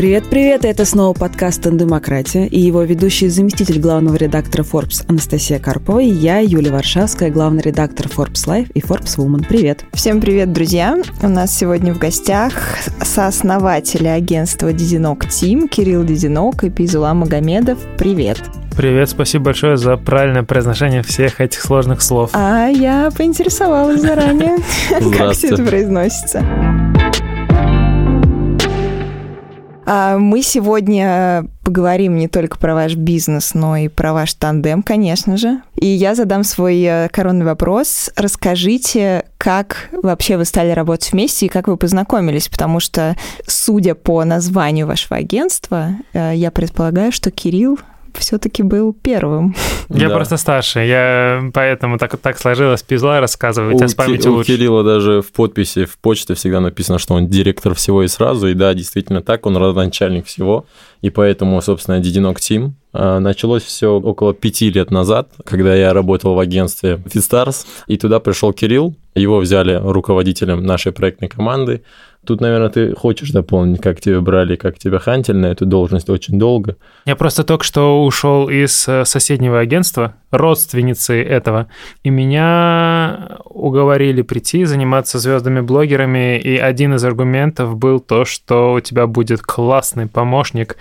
Привет-привет, это снова подкаст «Тандемократия» и его ведущий заместитель главного редактора Forbes Анастасия Карпова и я, Юлия Варшавская, главный редактор Forbes Life и Forbes Woman. Привет! Всем привет, друзья! У нас сегодня в гостях сооснователи агентства Дидинок Тим Кирилл Дидинок и Пейзула Магомедов. Привет! Привет, спасибо большое за правильное произношение всех этих сложных слов. А я поинтересовалась заранее, как все это произносится. Мы сегодня поговорим не только про ваш бизнес, но и про ваш тандем, конечно же. И я задам свой коронный вопрос. Расскажите, как вообще вы стали работать вместе и как вы познакомились, потому что, судя по названию вашего агентства, я предполагаю, что Кирилл все-таки был первым. Я просто старше, я поэтому так сложилось. Пейзула рассказывать, а с памятью лучше. У Кирилла даже в подписи, в почте всегда написано, что он директор всего и сразу, и да, действительно так, он родоначальник всего, и поэтому, собственно, Дидинок Тим. Началось все около 5 лет назад, когда я работал в агентстве FitStars, и туда пришел Кирилл, его взяли руководителем нашей проектной команды. Тут, наверное, ты хочешь дополнить, как тебя брали, как тебя хантили на эту должность очень долго. Я просто только что ушел из соседнего агентства, родственницы этого, и меня уговорили прийти, заниматься звездами-блогерами, и один из аргументов был то, что у тебя будет классный помощник,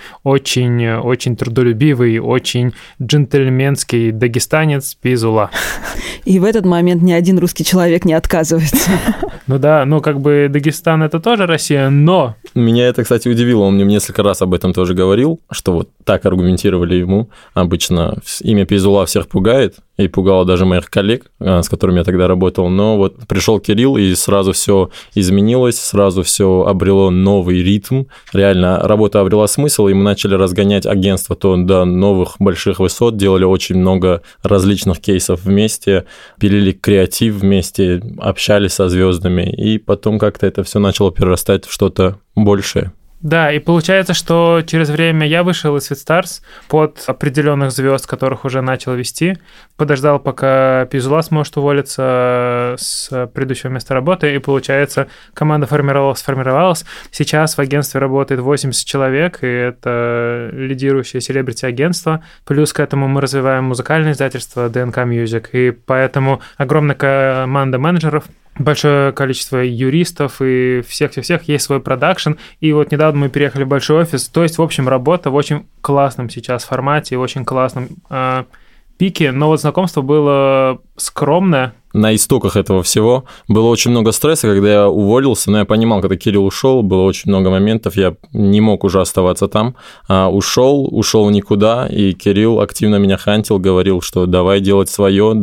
очень трудолюбивый, очень джентльменский дагестанец Пейзула. И в этот момент ни один русский человек не отказывается. Ну да, Дагестан — это тоже Россия, но... Меня это, кстати, удивило, он мне несколько раз об этом тоже говорил, что вот так аргументировали ему. Обычно имя Пейзула всех пугает, и пугало даже моих коллег, с которыми я тогда работал, но вот пришел Кирилл, и сразу все изменилось, сразу все обрело новый ритм, реально работа обрела смысл, и мы начали разгонять агентство то до новых больших высот, делали очень много различных кейсов вместе, пилили креатив вместе, общались со звездами, и потом как-то это все начало перерастать в что-то большее. Да, и получается, что через время я вышел из FitStars под определенных звезд, которых уже начал вести, подождал, пока Пейзула сможет уволиться с предыдущего места работы, и получается, команда формировалась. Сейчас в агентстве работает 80 человек, и это лидирующее селебрити-агентство. Плюс к этому мы развиваем музыкальное издательство DNK Music, и поэтому огромная команда менеджеров, большое количество юристов и всех-всех, есть свой продакшн, и вот недавно мы переехали в большой офис, то есть, в общем, работа в очень классном сейчас формате, в очень классном пике, но вот знакомство было скромное. На истоках этого всего было очень много стресса, когда я уволился, но я понимал, когда Кирилл ушел, было очень много моментов, я не мог уже оставаться там, ушел никуда, и Кирилл активно меня хантил, говорил, что давай делать свое,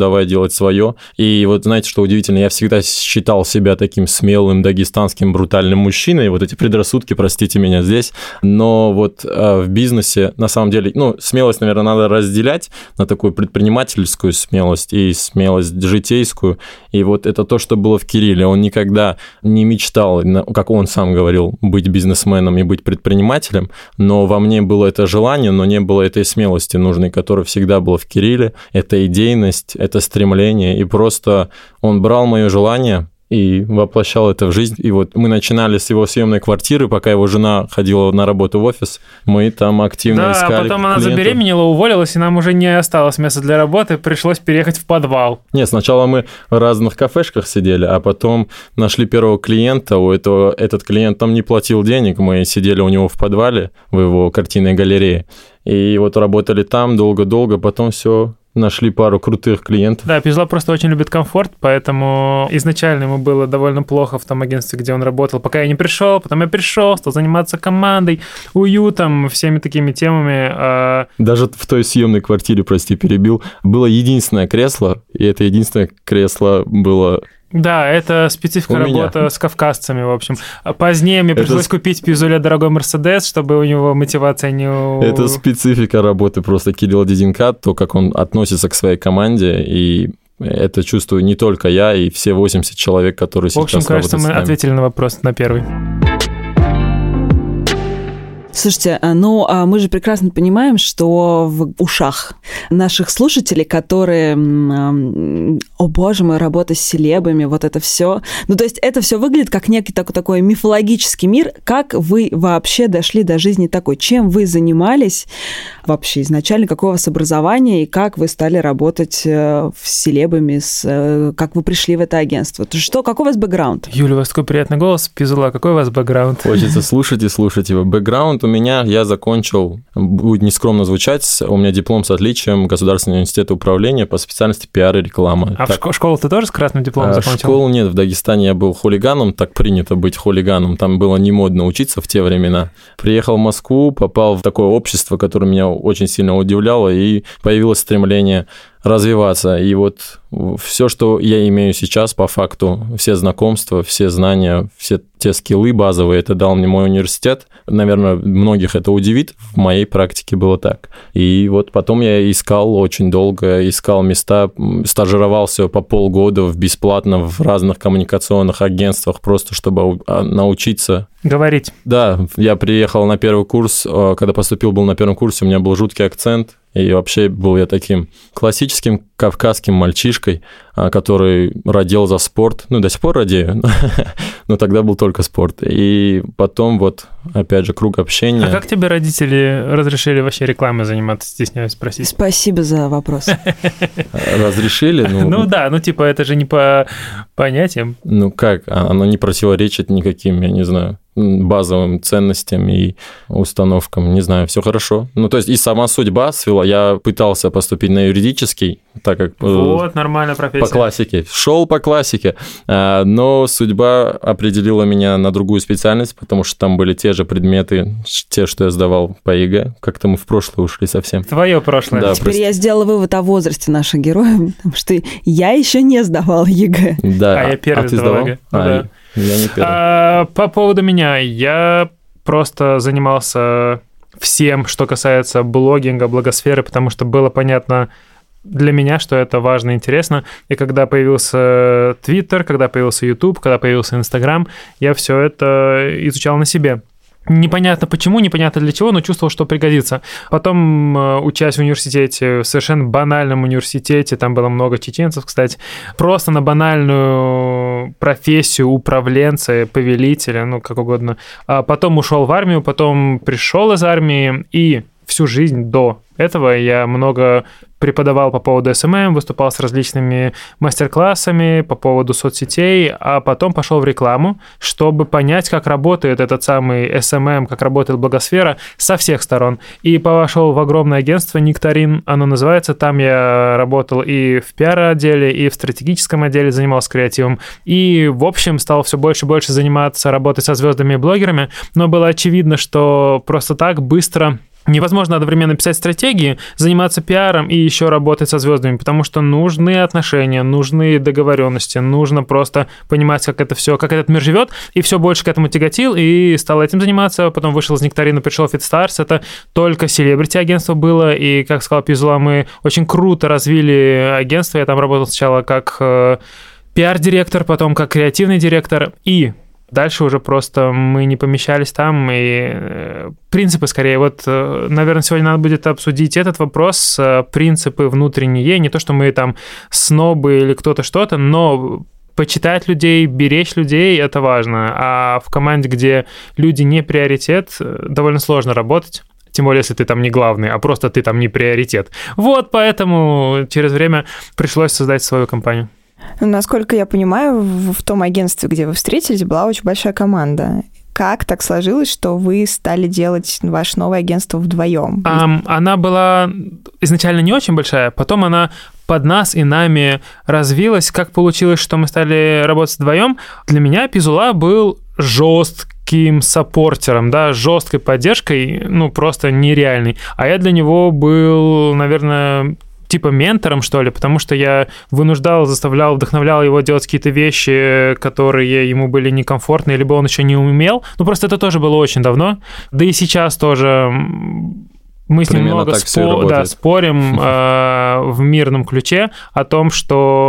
и вот знаете, что удивительно, я всегда считал себя таким смелым дагестанским брутальным мужчиной, вот эти предрассудки, простите меня здесь, но вот в бизнесе, на самом деле, смелость, наверное, надо разделять на такую предпринимательскую смелость и смелость житейскую. И вот это то, что было в Кирилле. Он никогда не мечтал, как он сам говорил, быть бизнесменом и быть предпринимателем, но во мне было это желание, но не было этой смелости нужной, которая всегда была в Кирилле. Это идейность, это стремление. И просто он брал мое желание и воплощал это в жизнь. И вот мы начинали с его съемной квартиры, пока его жена ходила на работу в офис, мы там активно искали клиентов. Да, потом она забеременела, уволилась, и нам уже не осталось места для работы, пришлось переехать в подвал. Нет, сначала мы в разных кафешках сидели, а потом нашли первого клиента, этот клиент там не платил денег, мы сидели у него в подвале, в его картинной галерее, и вот работали там долго-долго, потом все... Нашли пару крутых клиентов. Да, Пейзула просто очень любит комфорт, поэтому изначально ему было довольно плохо в том агентстве, где он работал, пока я не пришел, потом я пришел, стал заниматься командой, уютом, всеми такими темами. Даже в той съемной квартире, прости, перебил, было единственное кресло, и это единственное кресло было... Да, это специфика работы с кавказцами, в общем. Позднее мне пришлось купить Пейзуле дорогой Мерседес, чтобы у него мотивация не... Это специфика работы просто Кирилла Дидинка, то, как он относится к своей команде, и это чувствую не только я, и все 80 человек, которые сейчас работают с нами. В общем, кажется, мы ответили на вопрос на первый. Слушайте, мы же прекрасно понимаем, что в ушах наших слушателей, которые, о боже мой, работа с селебами, вот это все. То есть это все выглядит как некий такой мифологический мир. Как вы вообще дошли до жизни такой? Чем вы занимались вообще изначально? Какое у вас образование? И как вы стали работать с селебами? Как вы пришли в это агентство? Какой у вас бэкграунд? Юля, у вас такой приятный голос. Пизула, какой у вас бэкграунд? Хочется слушать и слушать его. Бэкграунд у меня, я закончил, будет нескромно звучать, у меня диплом с отличием Государственного университета управления по специальности пиар и реклама. А в школу ты тоже с красным дипломом закончил? Школу нет, в Дагестане я был хулиганом, так принято быть хулиганом, там было не модно учиться в те времена. Приехал в Москву, попал в такое общество, которое меня очень сильно удивляло, и появилось стремление развиваться. И вот все, что я имею сейчас, по факту, все знакомства, все знания, все те скиллы базовые, это дал мне мой университет. Наверное, многих это удивит, в моей практике было так. И вот потом я искал очень долго, искал места, стажировался по полгода бесплатно в разных коммуникационных агентствах, просто чтобы научиться говорить. Да, я приехал на первый курс, когда поступил, был на первом курсе, у меня был жуткий акцент, и вообще был я таким классическим кавказским мальчишкой, который радел за спорт, до сих пор радею, но тогда был только спорт. И потом вот, опять же, круг общения. А как тебе родители разрешили вообще рекламой заниматься, стесняюсь спросить? Спасибо за вопрос. Разрешили? Это же не по понятиям. Как? Оно не противоречит никаким, я не знаю, базовым ценностям и установкам. Не знаю, все хорошо. То есть и сама судьба свела. Я пытался поступить на юридический, так как... Вот, нормальная профессия. По классике. Шел по классике. Но судьба определила меня на другую специальность, потому что там были те же предметы, те, что я сдавал по ЕГЭ. Как-то мы в прошлое ушли совсем. Твое прошлое. Да, теперь я сделала вывод о возрасте наших героев, потому что я еще не сдавала ЕГЭ. Да. Я первый сдавал ЕГЭ. Да. Я не первый. По поводу меня, я просто занимался всем, что касается блогинга, блогосферы, потому что было понятно для меня, что это важно и интересно. И когда появился Twitter, когда появился YouTube, когда появился Instagram, я все это изучал на себе. Непонятно почему, непонятно для чего, но чувствовал, что пригодится. Потом, учась в университете, в совершенно банальном университете, там было много чеченцев, кстати, просто на банальную профессию управленца, повелителя, как угодно. А потом ушел в армию, потом пришел из армии, и всю жизнь до этого я много преподавал по поводу SMM, выступал с различными мастер-классами по поводу соцсетей, а потом пошел в рекламу, чтобы понять, как работает этот самый SMM, как работает блогосфера со всех сторон. И пошел в огромное агентство «Нектарин», оно называется. Там я работал и в пиар-отделе, и в стратегическом отделе, занимался креативом. И, в общем, стал все больше и больше заниматься работой со звездами и блогерами, но было очевидно, что просто так быстро невозможно одновременно писать стратегии, заниматься пиаром и еще работать со звездами, потому что нужны отношения, нужны договоренности, нужно просто понимать, как это все, как этот мир живет, и все больше к этому тяготил, и стал этим заниматься. Потом вышел из «Нектарина», пришел в FitStars, это только селебрити-агентство было, и, как сказал Пизула, мы очень круто развили агентство. Я там работал сначала как пиар-директор, потом как креативный директор, и дальше уже просто мы не помещались там, и принципы скорее. Вот, наверное, сегодня надо будет обсудить этот вопрос, принципы внутренние, не то, что мы там снобы или кто-то что-то, но почитать людей, беречь людей – это важно. А в команде, где люди не приоритет, довольно сложно работать. Тем более, если ты там не главный, а просто ты там не приоритет. Вот поэтому через время пришлось создать свою компанию. Насколько я понимаю, в том агентстве, где вы встретились, была очень большая команда. Как так сложилось, что вы стали делать ваше новое агентство вдвоем? Она была изначально не очень большая, потом она под нас и нами развилась. Как получилось, что мы стали работать вдвоем? Для меня Пизула был жестким саппортером, да, жесткой поддержкой, просто нереальной. А я для него был, наверное, типа ментором, что ли, потому что я вынуждал, заставлял, вдохновлял его делать какие-то вещи, которые ему были некомфортны, либо он еще не умел. Просто это тоже было очень давно. Да и сейчас тоже мы с ним много спорим в мирном ключе о том, что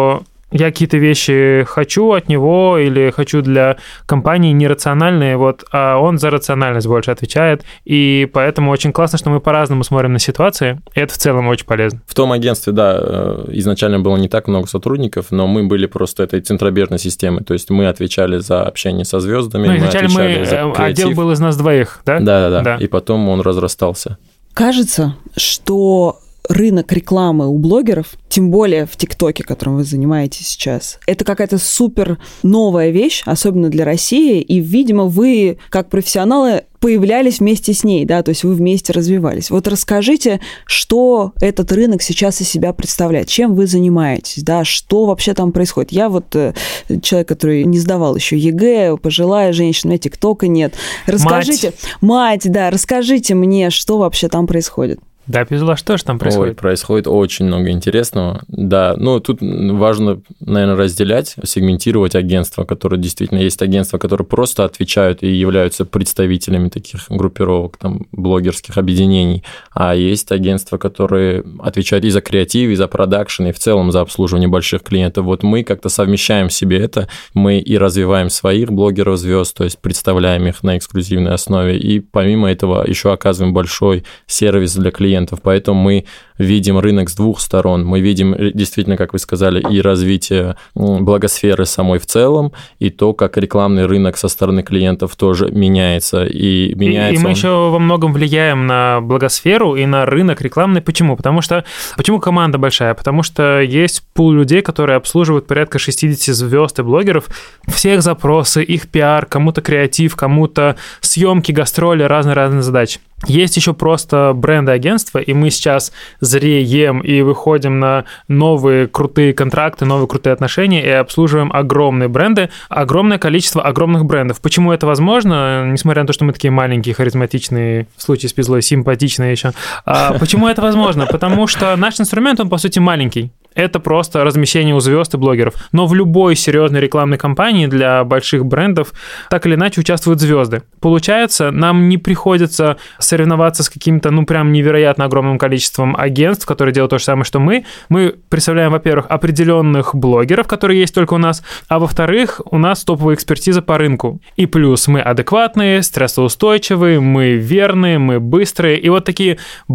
Я какие-то вещи хочу от него или хочу для компании нерациональные, вот, а он за рациональность больше отвечает. И поэтому очень классно, что мы по-разному смотрим на ситуации. И это в целом очень полезно. В том агентстве, да, изначально было не так много сотрудников, но мы были просто этой центробежной системой. То есть мы отвечали за общение со звездами, ну, изначально отдел был из нас двоих, да? Да. И потом он разрастался. Кажется, что рынок рекламы у блогеров, тем более в ТикТоке, которым вы занимаетесь сейчас, это какая-то супер новая вещь, особенно для России, и, видимо, вы, как профессионалы, появлялись вместе с ней, да, то есть вы вместе развивались. Вот расскажите, что этот рынок сейчас из себя представляет, чем вы занимаетесь, да, что вообще там происходит. Я вот человек, который не сдавал еще ЕГЭ, пожилая женщина, у меня ТикТока нет. Расскажите, мать, да, расскажите мне, что вообще там происходит. Да, Пизула, что же там происходит? Происходит очень много интересного. Да, ну тут важно, наверное, разделять, сегментировать агентства, которые действительно есть агентства, которые просто отвечают и являются представителями таких группировок, там, блогерских объединений, а есть агентства, которые отвечают и за креатив, и за продакшн, и в целом за обслуживание больших клиентов. Вот мы как-то совмещаем в себе это, мы и развиваем своих блогеров-звезд, то есть представляем их на эксклюзивной основе, и помимо этого еще оказываем большой сервис для клиентов. Поэтому мы видим рынок с двух сторон. Мы видим действительно, как вы сказали, и развитие благосферы самой в целом, и то, как рекламный рынок со стороны клиентов тоже меняется. И мы еще во многом влияем на благосферу и на рынок рекламный. Почему? Почему команда большая? Потому что есть пул людей, которые обслуживают порядка 60 звезд и блогеров. Всех запросы, их пиар, кому-то креатив, кому-то съемки, гастроли, разные задачи. Есть еще просто бренды агентства, и мы сейчас зреем и выходим на новые крутые контракты, новые крутые отношения и обслуживаем огромные бренды, огромное количество огромных брендов. Почему это возможно? Несмотря на то, что мы такие маленькие, харизматичные, в случае с Пизлой симпатичные еще. Почему это возможно? Потому что наш инструмент, он, по сути, маленький. Это просто размещение у звезд и блогеров. Но в любой серьезной рекламной кампании для больших брендов так или иначе участвуют звезды. Получается, нам не приходится соревноваться с каким-то, прям невероятно огромным количеством агентств, которые делают то же самое, что мы. Мы представляем, во-первых, определенных блогеров, которые есть только у нас, а во-вторых, у нас топовая экспертиза по рынку. И плюс мы адекватные, стрессоустойчивые, мы верные, мы быстрые. И вот такие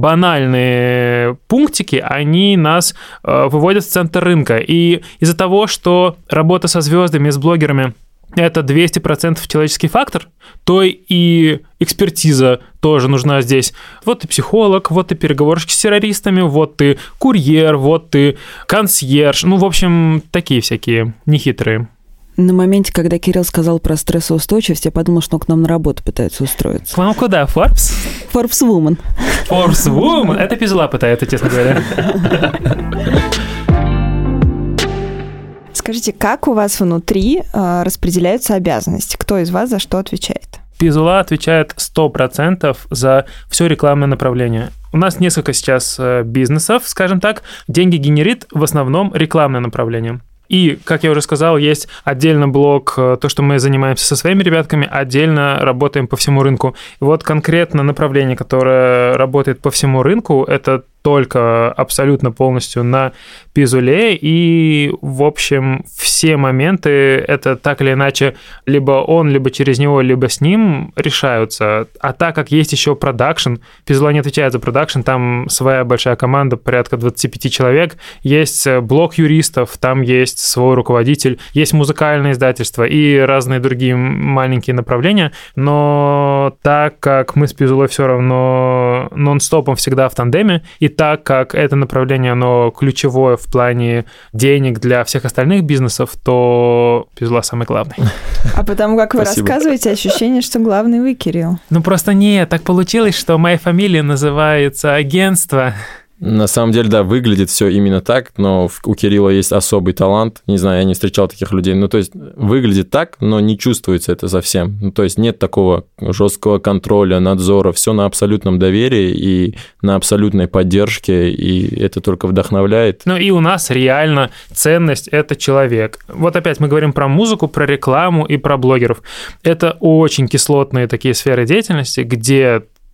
банальные пунктики, они нас выводят в центр рынка. И из-за того, что работа со звездами, с блогерами — это 200% человеческий фактор, то и экспертиза тоже нужна здесь. Вот ты психолог, вот ты переговорщик с террористами, вот ты курьер, вот ты консьерж. В общем, такие всякие нехитрые. На моменте, когда Кирилл сказал про стрессоустойчивость, я подумал, что он к нам на работу пытается устроиться. К вам куда? Forbes? Forbes Woman. Forbes Woman? Это Пизула пытается, честно говоря. Скажите, как у вас внутри распределяются обязанности? Кто из вас за что отвечает? Пизула отвечает 100% за все рекламное направление. У нас несколько сейчас бизнесов, скажем так. Деньги генерит в основном рекламное направление. И, как я уже сказал, есть отдельно блок, то, что мы занимаемся со своими ребятками, отдельно работаем по всему рынку. И вот конкретно направление, которое работает по всему рынку, это только абсолютно полностью на Пизуле, и, в общем, все моменты, это так или иначе, либо он, либо через него, либо с ним решаются. А так как есть еще продакшн, Пизула не отвечает за продакшн, там своя большая команда, порядка 25 человек, есть блок юристов, там есть свой руководитель, есть музыкальное издательство и разные другие маленькие направления, но так как мы с Пизулой все равно нон-стопом всегда в тандеме, и так как это направление, оно ключевое в плане денег для всех остальных бизнесов, то Пизула самый главный. А потому как вы рассказываете, ощущение, что главный вы, Кирилл. Просто нет, так получилось, что моя фамилия называется агентство. На самом деле, да, выглядит все именно так, но у Кирилла есть особый талант. Не знаю, я не встречал таких людей. То есть выглядит так, но не чувствуется это совсем. То есть нет такого жесткого контроля, надзора. Все на абсолютном доверии и на абсолютной поддержке, и это только вдохновляет. И у нас реально ценность – это человек. Вот опять мы говорим про музыку, про рекламу и про блогеров. Это очень кислотные такие сферы деятельности, где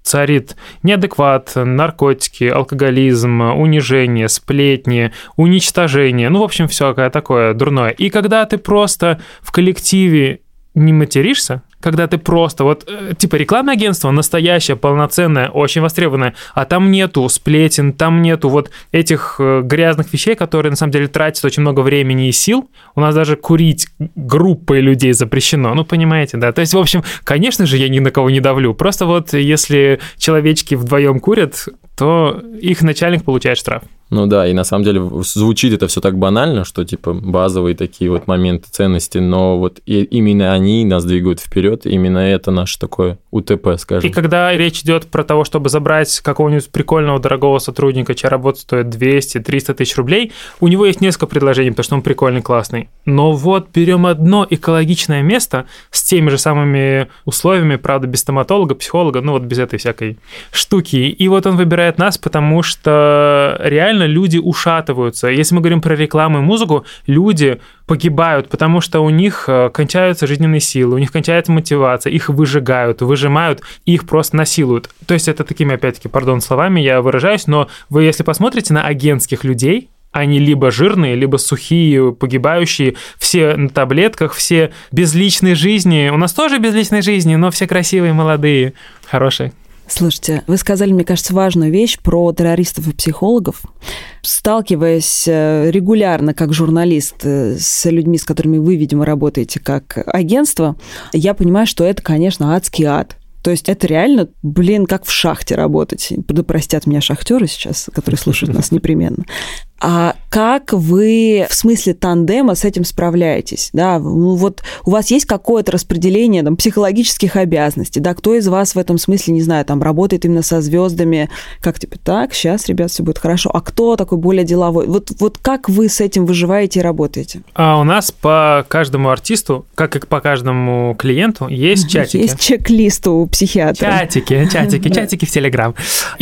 царит неадекват, наркотики, алкоголизм, унижение, сплетни, уничтожение, ну, в общем, всякое такое дурное. И когда ты просто в коллективе не материшься, когда ты просто, вот, типа, рекламное агентство настоящее, полноценное, очень востребованное, а там нету сплетен, там нету вот этих грязных вещей, которые, на самом деле, тратят очень много времени и сил. У нас даже курить группой людей запрещено, ну, понимаете, да? То есть, в общем, конечно же, я ни на кого не давлю. Просто вот если человечки вдвоем курят, то их начальник получает штраф. Ну да, и на самом деле звучит это все так банально, что типа базовые такие вот моменты ценности, но вот именно они нас двигают вперед, именно это наше такое УТП, скажем. И когда речь идет про того, чтобы забрать какого-нибудь прикольного дорогого сотрудника, чья работа стоит 200-300 тысяч рублей, у него есть несколько предложений, потому что он прикольный, классный. Но вот берем одно экологичное место с теми же самыми условиями, правда, без стоматолога, психолога, ну вот без этой всякой штуки. И вот он выбирает нас, потому что реально люди ушатываются. Если мы говорим про рекламу и музыку, люди погибают, потому что у них кончаются жизненные силы, у них кончается мотивация, их выжигают, выжимают, и их просто насилуют. То есть это такими, опять-таки, словами я выражаюсь, но вы, если посмотрите на агентских людей, они либо жирные, либо сухие, погибающие, все на таблетках, все без личной жизни. У нас тоже без личной жизни, но все красивые, молодые, хорошие. Слушайте, вы сказали, мне кажется, важную вещь про террористов и психологов. Сталкиваясь регулярно как журналист с людьми, с которыми вы, видимо, работаете как агентство, я понимаю, что это, конечно, адский ад. То есть это реально, как в шахте работать. Да простят меня шахтеры сейчас, которые слушают нас непременно. А как вы в смысле тандема с этим справляетесь? Да, ну вот у вас есть какое-то распределение там, психологических обязанностей, да, кто из вас в этом смысле, не знаю, там работает именно со звездами, как типа, так, сейчас, ребят, все будет хорошо, а кто такой более деловой? Вот как вы с этим выживаете и работаете? А у нас по каждому артисту, как и по каждому клиенту, есть чатики. Есть чек-лист у психиатра. Чатики в Телеграм.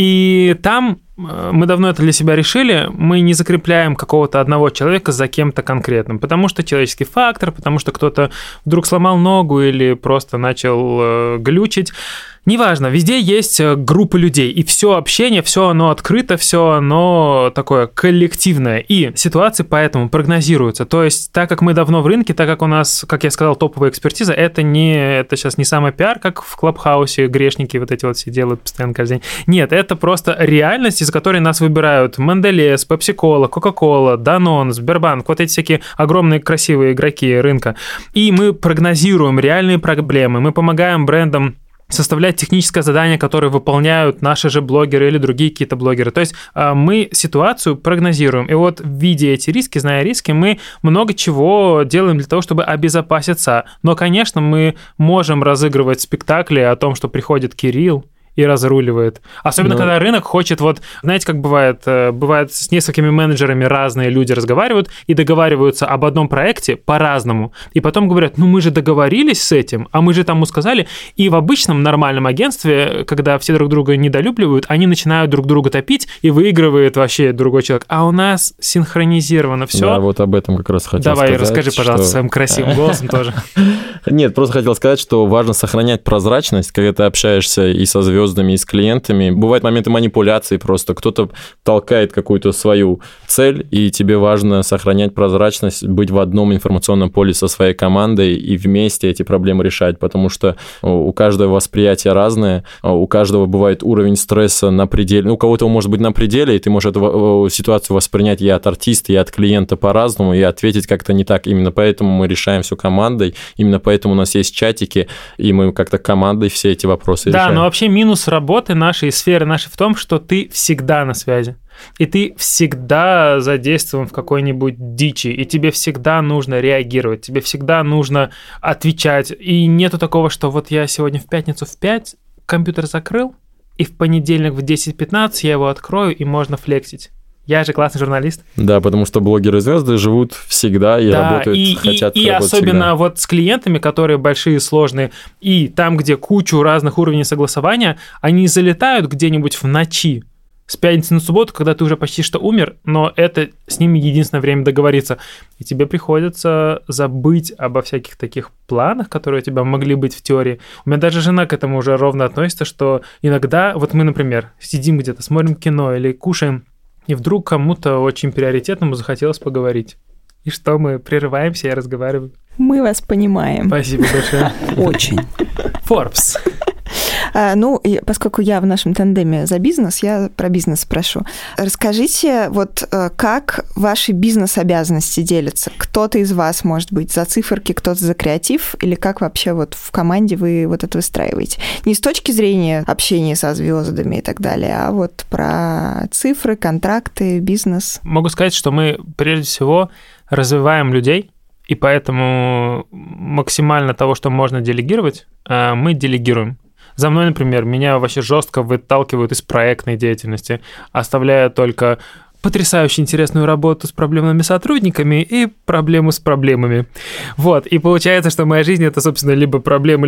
И там мы давно это для себя решили, мы не закрепляем какого-то одного человека за кем-то конкретным, потому что человеческий фактор, потому что кто-то вдруг сломал ногу или просто начал глючить. Неважно, везде есть группы людей, и все общение, все оно открыто, все оно такое коллективное, и ситуации поэтому прогнозируются. То есть, так как мы давно в рынке, так как у нас, как я сказал, топовая экспертиза, это сейчас не самый пиар, как в Клабхаусе грешники вот эти вот все делают постоянно каждый день. Нет, это просто реальность, из которой нас выбирают Mondelez, Pepsi-Cola, Coca-Cola, Danone, Сбербанк, вот эти всякие огромные красивые игроки рынка. И мы прогнозируем реальные проблемы, мы помогаем брендам составлять техническое задание, которое выполняют наши же блогеры или другие какие-то блогеры. То есть мы ситуацию прогнозируем. И вот, видя эти риски, зная риски, мы много чего делаем для того, чтобы обезопаситься. Но, конечно, мы можем разыгрывать спектакли о том, что приходит Кирилл и разруливает. Особенно, когда рынок хочет, вот, знаете, как бывает с несколькими менеджерами разные люди разговаривают и договариваются об одном проекте по-разному. И потом говорят, мы же договорились с этим, а мы же тому сказали. И в обычном нормальном агентстве, когда все друг друга недолюбливают, они начинают друг друга топить, и выигрывает вообще другой человек. А у нас синхронизировано все. Да, вот об этом как раз хотел сказать. Давай, расскажи, пожалуйста, своим красивым голосом тоже. Нет, просто хотел сказать, что важно сохранять прозрачность, когда ты общаешься и со звездами, и с клиентами. Бывают моменты манипуляции просто. Кто-то толкает какую-то свою цель, и тебе важно сохранять прозрачность, быть в одном информационном поле со своей командой и вместе эти проблемы решать, потому что у каждого восприятие разное, у каждого бывает уровень стресса на пределе, у кого-то он может быть на пределе, и ты можешь эту ситуацию воспринять и от артиста, и от клиента по-разному, и ответить как-то не так. Именно поэтому мы решаем все командой, именно поэтому у нас есть чатики, и мы как-то командой все эти вопросы решаем. Да, но вообще минус работы нашей, сферы нашей в том, что ты всегда на связи. И ты всегда задействован в какой-нибудь дичи, и тебе всегда нужно реагировать, тебе всегда нужно отвечать. И нету такого, что вот я сегодня в пятницу в 5 компьютер закрыл, и в понедельник в 10:15 я его открою, и можно флексить. Я же классный журналист. Да, потому что блогеры-звезды живут всегда и работают, хотят и работать особенно всегда. Вот с клиентами, которые большие, сложные, и там, где кучу разных уровней согласования, они залетают где-нибудь в ночи с пятницы на субботу, когда ты уже почти что умер, но это с ними единственное время договориться. И тебе приходится забыть обо всяких таких планах, которые у тебя могли быть в теории. У меня даже жена к этому уже ровно относится, что иногда, вот мы, например, сидим где-то, смотрим кино или кушаем, и вдруг кому-то очень приоритетному захотелось поговорить. И что, мы прерываемся и разговариваем. Мы вас понимаем. Спасибо большое. Очень. Forbes. Поскольку я в нашем тандеме за бизнес, я про бизнес спрошу. Расскажите, вот как ваши бизнес-обязанности делятся? Кто-то из вас, может быть, за циферки, кто-то за креатив, или как вообще вот в команде вы вот это выстраиваете? Не с точки зрения общения со звездами и так далее, а вот про цифры, контракты, бизнес. Могу сказать, что мы прежде всего развиваем людей, и поэтому максимально того, что можно делегировать, мы делегируем. За мной, например, меня вообще жестко выталкивают из проектной деятельности, оставляя только потрясающе интересную работу с проблемными сотрудниками и проблему с проблемами. Вот, и получается, что моя жизнь — это, собственно, либо проблемы,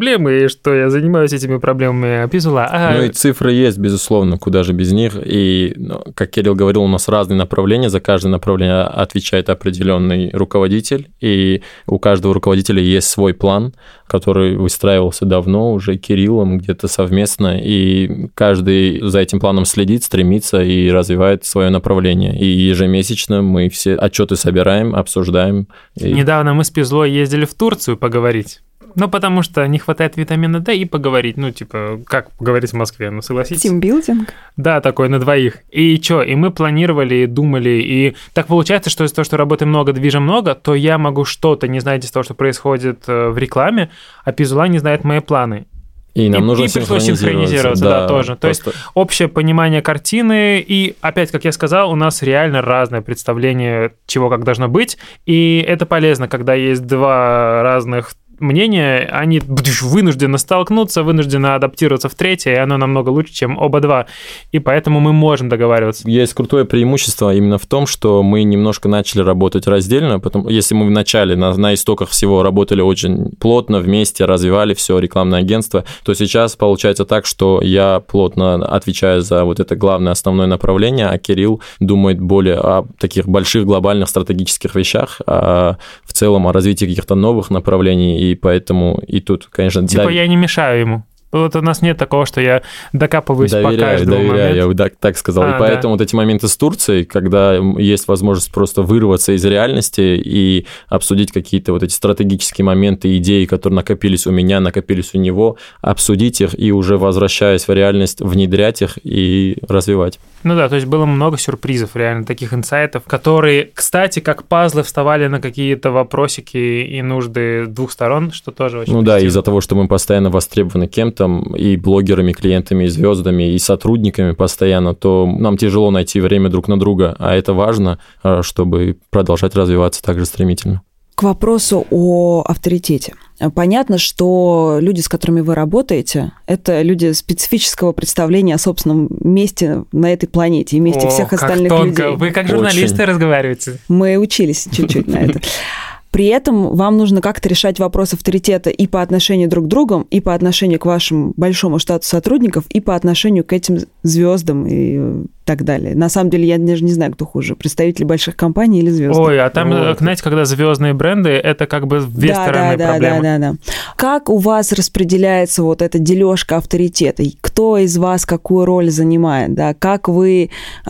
и что я занимаюсь этими проблемами описывала. Ну и цифры есть, безусловно, куда же без них. И, как Кирилл говорил, у нас разные направления, за каждое направление отвечает определенный руководитель, и у каждого руководителя есть свой план, который выстраивался давно уже Кириллом где-то совместно, и каждый за этим планом следит, стремится и развивает свое направление. И ежемесячно мы все отчеты собираем, обсуждаем. Недавно мы с Пизлой ездили в Турцию поговорить. Ну, потому что не хватает витамина D и поговорить. Ну, типа, как поговорить в Москве? Ну, согласитесь? Тимбилдинг? Да, такой на двоих. И что? И мы планировали, думали. И так получается, что из-за того, что работы много, движа много, то я могу что-то не знать из того, что происходит в рекламе, а Пизула не знает мои планы. И нам нужно пришлось синхронизироваться, да, тоже. То есть общее понимание картины, и опять, как я сказал, у нас реально разное представление, чего как должно быть, и это полезно, когда есть два разных мнения, они вынуждены столкнуться, вынуждены адаптироваться в третье, и оно намного лучше, чем оба два. И поэтому мы можем договариваться. Есть крутое преимущество именно в том, что мы немножко начали работать раздельно. Потом, если мы в начале на истоках всего работали очень плотно, вместе, развивали все рекламное агентство, то сейчас получается так, что я плотно отвечаю за вот это главное основное направление, а Кирилл думает более о таких больших глобальных стратегических вещах, а в целом о развитии каких-то новых направлений. И поэтому и тут, конечно... Типа я не мешаю ему. Вот у нас нет такого, что я докапываюсь по каждому моменту. Я бы так сказал. И поэтому вот эти моменты с Турцией, когда есть возможность просто вырваться из реальности и обсудить какие-то вот эти стратегические моменты, идеи, которые накопились у меня, накопились у него, обсудить их и уже возвращаясь в реальность, внедрять их и развивать. Ну да, то есть было много сюрпризов, реально, таких инсайтов, которые, кстати, как пазлы вставали на какие-то вопросики и нужды двух сторон, что тоже очень да, из-за того, что мы постоянно востребованы кем-то, и блогерами, клиентами, и звездами, и сотрудниками постоянно, то нам тяжело найти время друг на друга, а это важно, чтобы продолжать развиваться так же стремительно. К вопросу о авторитете. Понятно, что люди, с которыми вы работаете, это люди специфического представления о собственном месте на этой планете и месте всех остальных людей. Вы как журналисты разговариваете. Мы учились чуть-чуть на это. При этом вам нужно как-то решать вопрос авторитета и по отношению друг к другу, и по отношению к вашему большому штату сотрудников, и по отношению к этим звездам и так далее. На самом деле, я даже не знаю, кто хуже, представители больших компаний или звезды. Ой, а там, знаете, когда звездные бренды, это как бы две стороны проблемы. Да. Как у вас распределяется вот эта дележка авторитета? Кто из вас какую роль занимает? Да? Как вы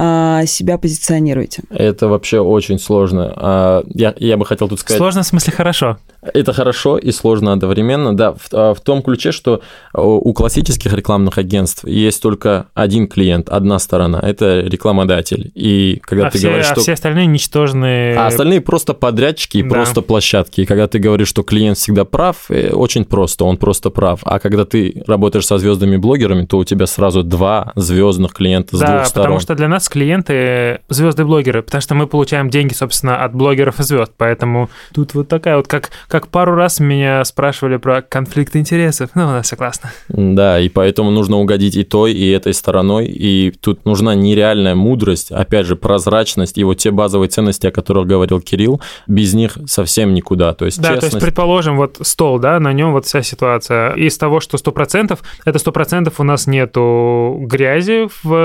себя позиционируете? Это вообще очень сложно. Я бы хотел тут сказать... Сложно в смысле хорошо? Это хорошо и сложно одновременно, да, в том ключе, что у классических рекламных агентств есть только один клиент, одна сторона, это рекламодатель. И когда ты говоришь, что... все остальные ничтожные... А остальные просто подрядчики и просто площадки. И когда ты говоришь, что клиент всегда прав, очень просто, он просто прав. А когда ты работаешь со звездами-блогерами, то у тебя сразу два звездных клиента с двух сторон. Да, потому что для нас клиенты звезды-блогеры, потому что мы получаем деньги, собственно, от блогеров и звезд, поэтому тут вот такая вот, как пару раз меня спрашивали про конфликт интересов. Ну, у нас все классно. Да, и поэтому нужно угодить и той, и этой стороной. И тут нужна нереальная мудрость, опять же, прозрачность и вот те базовые ценности, о которых говорил Кирилл, без них совсем никуда. То есть, да, честность... то есть, предположим, вот стол, да, на нем вот вся ситуация. Из того, что 100%, это 100% у нас нету грязи в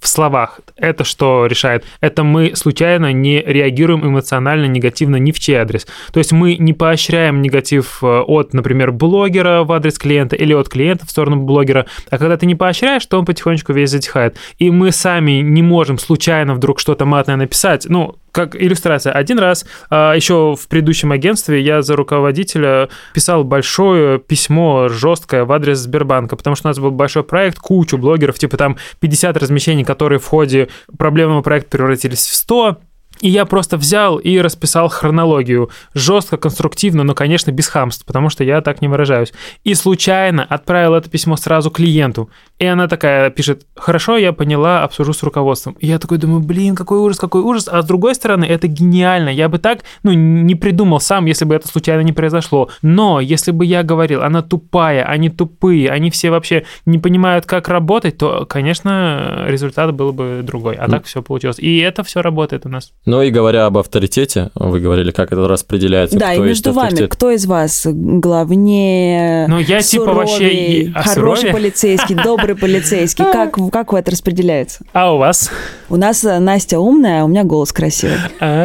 в словах. Это что решает? Это мы случайно не реагируем эмоционально негативно ни в чей адрес. То есть мы не поощряем негатив от, например, блогера в адрес клиента или от клиента в сторону блогера, а когда ты не поощряешь, то он потихонечку весь затихает. И мы сами не можем случайно вдруг что-то матное написать. Ну, как иллюстрация. Один раз еще в предыдущем агентстве я за руководителя писал большое письмо жесткое в адрес Сбербанка, потому что у нас был большой проект, кучу блогеров, типа там 50 размещений, которые в ходе проблемного проекта превратились в 100. И я просто взял и расписал хронологию. Жестко, конструктивно, но, конечно, без хамств, потому что я так не выражаюсь. И случайно отправил это письмо сразу клиенту. И она такая пишет: хорошо, я поняла, обсужу с руководством. И я такой думаю, блин, какой ужас, какой ужас. А с другой стороны, это гениально. Я бы так, не придумал сам, если бы это случайно не произошло. Но если бы я говорил, она тупая, они тупые, они все вообще не понимают, как работать, то, конечно, результат был бы другой. А так все получилось. И это все работает у нас. Ну и говоря об авторитете, вы говорили, как это распределяется. Да, кто и между вами, кто из вас главнее, я суровее, типа вообще хороший полицейский, добрый полицейский? Как это распределяется? А у вас? У нас Настя умная, а у меня голос красивый.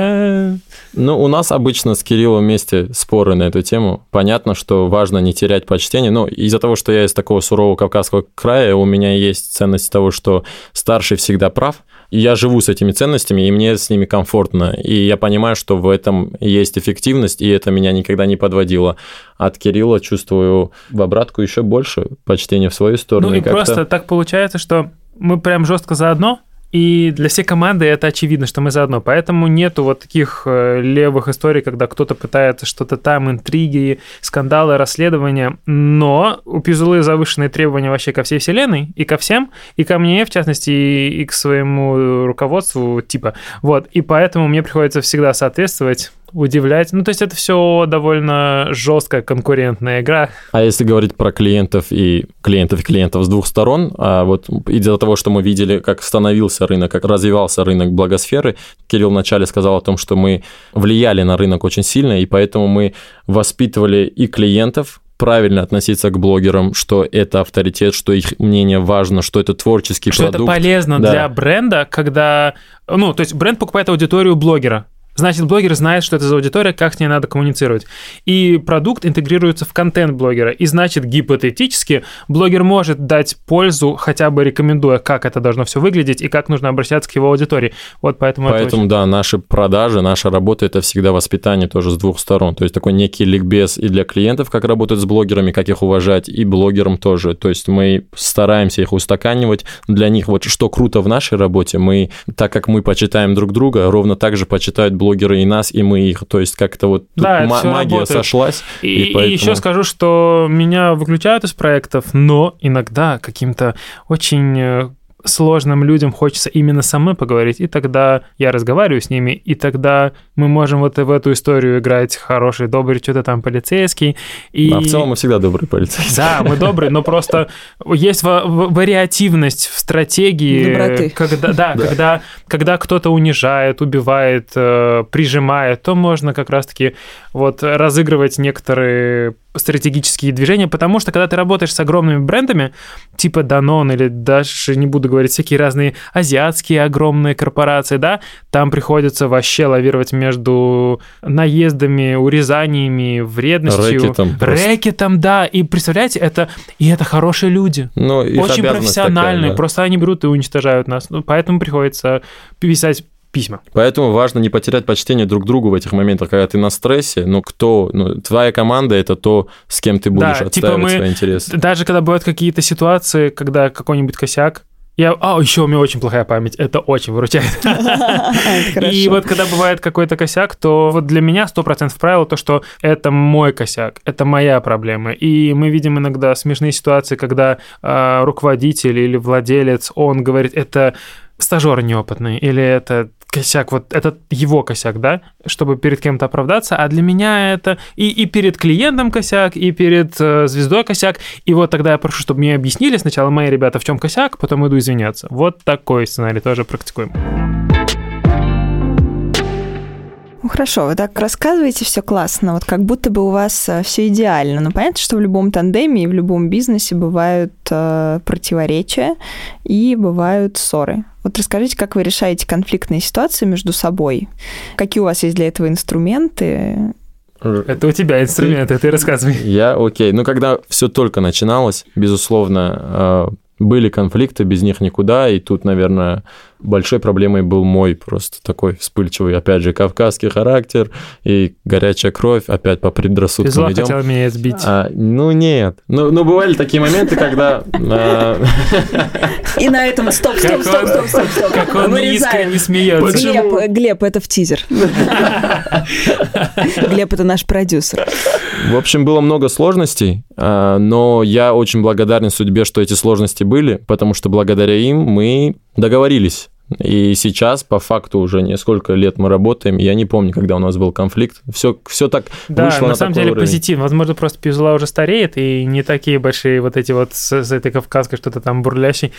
Ну, у нас обычно с Кириллом вместе споры на эту тему. Понятно, что важно не терять почтение. Но из-за того, что я из такого сурового Кавказского края, у меня есть ценность того, что старший всегда прав. И я живу с этими ценностями, и мне с ними комфортно. И я понимаю, что в этом есть эффективность, и это меня никогда не подводило. От Кирилла чувствую в обратку еще больше почтения в свою сторону. Ну и просто так получается, что мы прям жестко заодно. И для всей команды это очевидно, что мы заодно. Поэтому нету вот таких левых историй, когда кто-то пытается что-то там, интриги, скандалы, расследования. Но у Пизулы завышенные требования вообще ко всей вселенной, и ко всем, и ко мне, в частности, и к своему руководству, типа. Вот. И поэтому мне приходится всегда соответствовать, удивлять. Ну, то есть это все довольно жесткая конкурентная игра. А если говорить про клиентов с двух сторон, вот из-за того, что мы видели, как становился рынок, как развивался рынок благосферы, Кирилл вначале сказал о том, что мы влияли на рынок очень сильно, и поэтому мы воспитывали и клиентов правильно относиться к блогерам, что это авторитет, что их мнение важно, что это творческий продукт. Что это полезно для бренда, когда... Ну, то есть бренд покупает аудиторию блогера. Значит, блогер знает, что это за аудитория, как с ней надо коммуницировать. И продукт интегрируется в контент блогера. И значит, гипотетически, блогер может дать пользу, хотя бы рекомендуя, как это должно все выглядеть и как нужно обращаться к его аудитории. Вот поэтому да, наши продажи, наша работа – это всегда воспитание тоже с двух сторон. То есть такой некий ликбез и для клиентов, как работать с блогерами, как их уважать, и блогерам тоже. То есть мы стараемся их устаканивать. Для них вот что круто в нашей работе, так как мы почитаем друг друга, ровно так же почитают блогеры и нас, и мы их. То есть как-то вот магия работает. Сошлась. И еще скажу, что меня выключают из проектов, но иногда каким-то очень сложным людям хочется именно со мной поговорить, и тогда я разговариваю с ними, и тогда мы можем вот в эту историю играть хороший, добрый, что-то там полицейский. А в целом мы всегда добрые полицейские. Да, мы добрые, но просто есть вариативность в стратегии. Доброты. Когда кто-то унижает, убивает, прижимает, то можно как раз-таки вот разыгрывать некоторые стратегические движения, потому что когда ты работаешь с огромными брендами, типа Danone или даже, не буду говорить, всякие разные азиатские огромные корпорации, да, там приходится вообще лавировать между наездами, урезаниями, вредностью, рэкетом, да, и представляете, это хорошие люди, очень профессиональные, такая, да. Просто они берут и уничтожают нас, поэтому приходится писать письма. Поэтому важно не потерять почтение друг к другу в этих моментах, когда ты на стрессе, твоя команда – это то, с кем ты будешь отстаивать свои интересы. Даже когда бывают какие-то ситуации, когда какой-нибудь косяк, еще у меня очень плохая память, это очень выручает. И вот когда бывает какой-то косяк, то вот для меня 100% правило то, что это мой косяк, это моя проблема. И мы видим иногда смешные ситуации, когда руководитель или владелец, он говорит, это стажер неопытный, или это косяк, вот это его косяк, да, чтобы перед кем-то оправдаться, а для меня это и перед клиентом косяк, и перед звездой косяк, и вот тогда я прошу, чтобы мне объяснили сначала мои ребята, в чем косяк, потом иду извиняться. Вот такой сценарий тоже практикуем. Ну хорошо, вы так рассказываете, все классно, вот как будто бы у вас все идеально. Но понятно, что в любом тандеме и в любом бизнесе бывают противоречия и бывают ссоры. Вот расскажите, как вы решаете конфликтные ситуации между собой? Какие у вас есть для этого инструменты? Это у тебя инструменты, ты рассказывай. Окей. Ну, когда все только начиналось, безусловно, были конфликты, без них никуда, и тут, наверное, большой проблемой был мой просто такой вспыльчивый, опять же, кавказский характер и горячая кровь, опять по предрассудкам идем. Хотела меня сбить. Ну, нет. Ну, бывали такие моменты, когда... И на этом стоп. Как он искренне смеется. Глеб, это в тизер. Глеб, это наш продюсер. В общем, было много сложностей, но я очень благодарен судьбе, что эти сложности были, потому что благодаря им мы договорились. И сейчас, по факту, уже несколько лет мы работаем. Я не помню, когда у нас был конфликт. Все так вышло на на самом деле уровень. позитивно. Возможно, просто Пизула уже стареет, и не такие большие вот эти вот с этой кавказской что-то там бурлящей.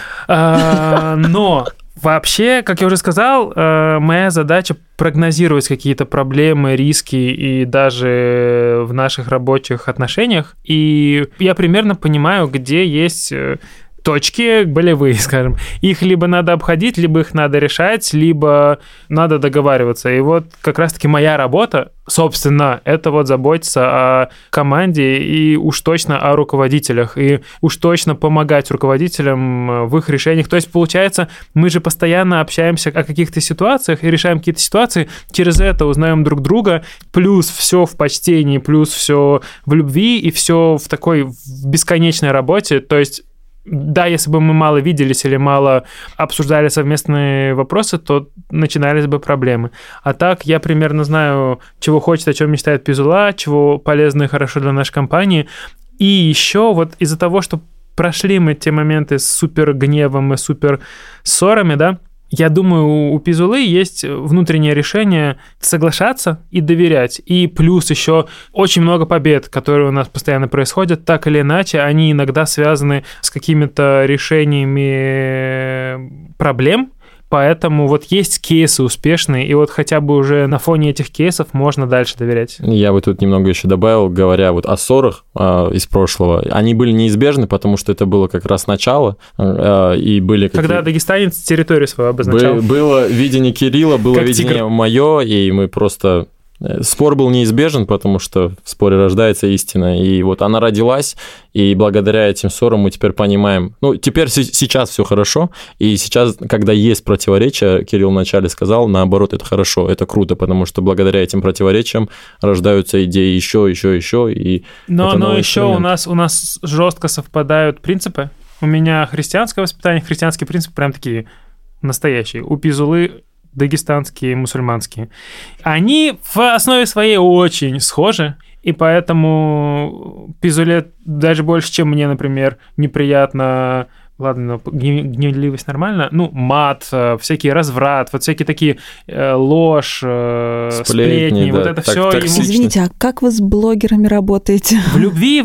Но вообще, как я уже сказал, моя задача прогнозировать какие-то проблемы, риски и даже в наших рабочих отношениях. И я примерно понимаю, где есть точки болевые, скажем. Их либо надо обходить, либо их надо решать, либо надо договариваться. И вот как раз-таки моя работа, собственно, это вот заботиться о команде и уж точно о руководителях, и уж точно помогать руководителям в их решениях. То есть, получается, мы же постоянно общаемся о каких-то ситуациях и решаем какие-то ситуации, через это узнаем друг друга, плюс все в почтении, плюс все в любви и все в такой бесконечной работе. То есть, да, если бы мы мало виделись или мало обсуждали совместные вопросы, то начинались бы проблемы. А так я примерно знаю, чего хочет, о чем мечтает Пизула, чего полезно и хорошо для нашей компании. И еще вот из-за того, что прошли мы те моменты с супер гневом и супер ссорами, да, я думаю, у Пизулы есть внутреннее решение соглашаться и доверять. И плюс еще очень много побед, которые у нас постоянно происходят, так или иначе, они иногда связаны с какими-то решениями проблем. Поэтому вот есть кейсы успешные, и вот хотя бы уже на фоне этих кейсов можно дальше доверять. Я бы тут немного еще добавил, говоря вот о ссорах из прошлого. Они были неизбежны, потому что это было как раз начало, и были... Когда дагестанец территорию свою обозначал. Было видение Кирилла, было как видение мое, и мы просто... Спор был неизбежен, потому что в споре рождается истина, и вот она родилась, и благодаря этим ссорам мы теперь понимаем, теперь сейчас все хорошо, и сейчас, когда есть противоречия, Кирилл вначале сказал, наоборот, это хорошо, это круто, потому что благодаря этим противоречиям рождаются идеи еще, и... Но еще у нас жестко совпадают принципы. У меня христианское воспитание, христианские принципы прям такие настоящие. У Пизулы дагестанские, мусульманские. Они в основе своей очень схожи, и поэтому Пизуле даже больше, чем мне, например, неприятно... Ладно, гневливость нормально. Мат, всякий разврат, вот всякие такие ложь, сплетни, да, вот это все. Извините, а как вы с блогерами работаете? В любви.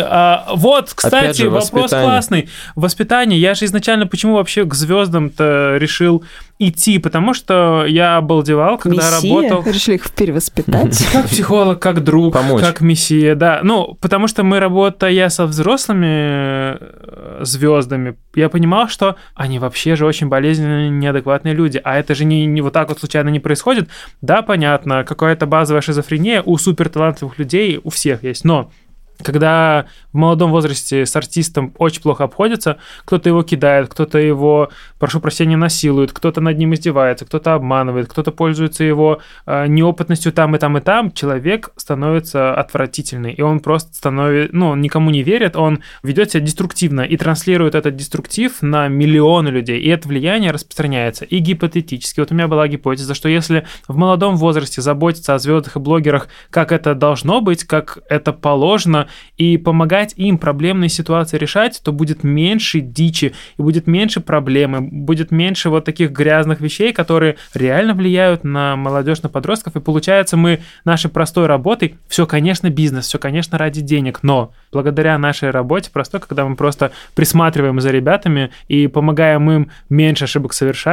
Вот, кстати, же, вопрос классный. Воспитание. Я же изначально почему вообще к звездам-то решил идти, потому что я обалдевал, когда работал... Решили их перевоспитать. Как психолог, как друг, помочь. Как мессия, да. Потому что мы, работая со взрослыми звездами, я понимал, что они вообще же очень болезненные, неадекватные люди, а это же не вот так вот случайно не происходит. Да, понятно, какая-то базовая шизофрения у суперталантливых людей, у всех есть, но когда в молодом возрасте с артистом очень плохо обходится, кто-то его кидает, кто-то его, прошу прощения, насилует, кто-то над ним издевается, кто-то обманывает, кто-то пользуется его неопытностью там, человек становится отвратительный, и он просто становится, он никому не верит, он ведет себя деструктивно и транслирует этот деструктив на миллионы людей, и это влияние распространяется. И гипотетически, вот у меня была гипотеза, что если в молодом возрасте заботиться о звездах и блогерах, как это должно быть, как это положено, и помогать им проблемные ситуации решать, то будет меньше дичи, и будет меньше проблем, и будет меньше вот таких грязных вещей, которые реально влияют на молодежь, на подростков, и получается мы нашей простой работой, все, конечно, бизнес, все, конечно, ради денег, но благодаря нашей работе простой, когда мы просто присматриваем за ребятами и помогаем им меньше ошибок совершать,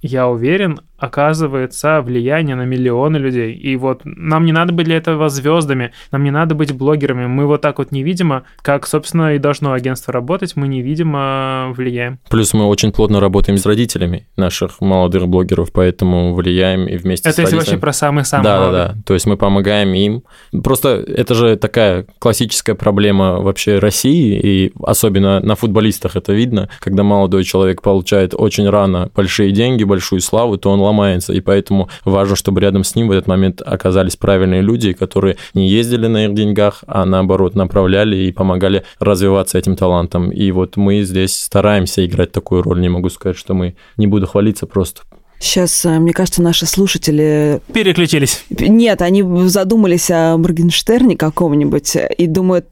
я уверен, оказывается влияние на миллионы людей. И вот нам не надо быть для этого звездами, нам не надо быть блогерами. Мы вот так вот невидимо, как, собственно, и должно агентство работать, мы невидимо влияем. Плюс мы очень плотно работаем с родителями наших молодых блогеров, поэтому влияем и вместе с родителями. Это вообще про самые-самые молодые. Да. То есть мы помогаем им. Просто это же такая классическая проблема вообще России, и особенно на футболистах это видно, когда молодой человек получает очень рано большие деньги, большую славу, то он ломается, и поэтому важно, чтобы рядом с ним в этот момент оказались правильные люди, которые не ездили на их деньгах, а наоборот направляли и помогали развиваться этим талантом. И вот мы здесь стараемся играть такую роль. Не могу сказать, что мы не буду хвалиться просто. Сейчас, мне кажется, наши слушатели... Переключились. Нет, они задумались о Моргенштерне каком-нибудь и думают,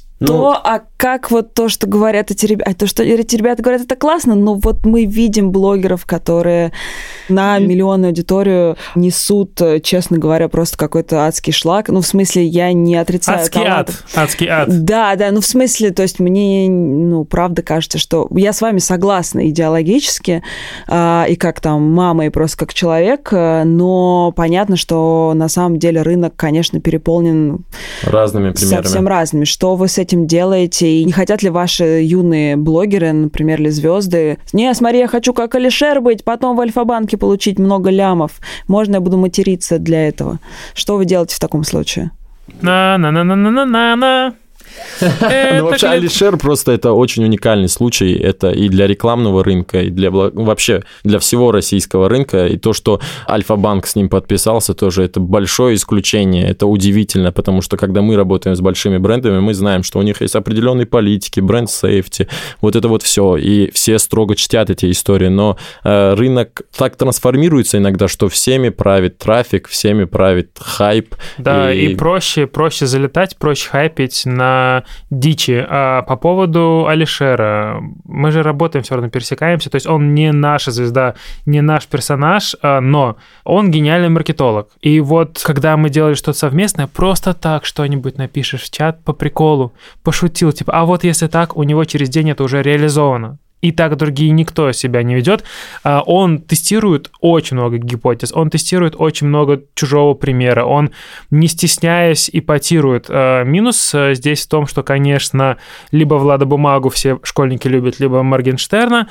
а как вот то, что говорят эти ребята, то, что эти ребята говорят, это классно, но вот мы видим блогеров, которые на миллионную аудиторию несут, честно говоря, просто какой-то адский шлак. Ну, в смысле, я не отрицаю талантов. Адский ад. Да, ну, в смысле, то есть мне, правда кажется, что я с вами согласна идеологически, и как там мама, и просто как человек, но понятно, что на самом деле рынок, конечно, переполнен разными примерами. Совсем разными. Что вы с этим делаете? И не хотят ли ваши юные блогеры, например, или звезды? Не, смотри, я хочу как Алишер быть, потом в Альфа-банке получить много лямов. Можно я буду материться для этого? Что вы делаете в таком случае? На-на-на-на-на-на-на. Ну, вообще, Алишер просто это очень уникальный случай. Это и для рекламного рынка, и вообще для всего российского рынка. И то, что Альфа-банк с ним подписался, тоже это большое исключение. Это удивительно, потому что когда мы работаем с большими брендами, мы знаем, что у них есть определенные политики, бренд-сейфти, вот это вот все. И все строго чтят эти истории. Но рынок так трансформируется иногда, что всеми правит трафик, всеми правит хайп. Да, и проще залетать, проще хайпить на дичи. А по поводу Алишера, мы же работаем, все равно пересекаемся, то есть он не наша звезда, не наш персонаж, но он гениальный маркетолог. И вот когда мы делали что-то совместное, просто так что-нибудь напишешь в чат по приколу, пошутил, типа, а вот если так, у него через день это уже реализовано. И так другие никто себя не ведет. Он тестирует очень много гипотез, он тестирует очень много чужого примера, он, не стесняясь, ипотирует. Минус здесь в том, что, конечно, либо Влада Бумагу все школьники любят, либо Моргенштерна,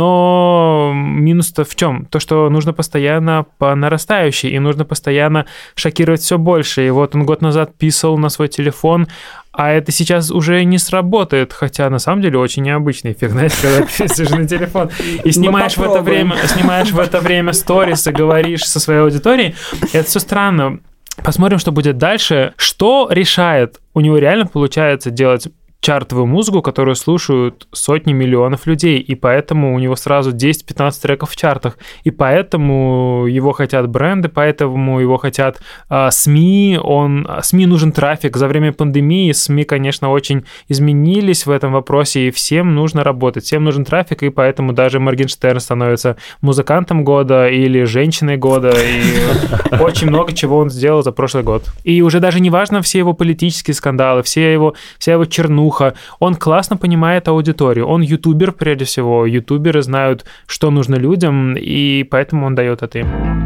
но минус-то в чем? То, что нужно постоянно по нарастающей, и нужно постоянно шокировать все больше. И вот он год назад писал на свой телефон, а это сейчас уже не сработает, хотя на самом деле очень необычный эффект, знаете, когда ты пишешь на телефон и снимаешь в это время сторис и говоришь со своей аудиторией. Это все странно. Посмотрим, что будет дальше. Что решает? У него реально получается делать чартовую музыку, которую слушают сотни миллионов людей, и поэтому у него сразу 10-15 треков в чартах, и поэтому его хотят бренды, поэтому его хотят СМИ, СМИ нужен трафик. За время пандемии СМИ, конечно, очень изменились в этом вопросе, и всем нужно работать, всем нужен трафик, и поэтому даже Моргенштерн становится музыкантом года или женщиной года, и очень много чего он сделал за прошлый год. И уже даже не важно все его политические скандалы, вся его чернуха, он классно понимает аудиторию. Он ютубер, прежде всего. Ютуберы знают, что нужно людям, и поэтому он дает это им.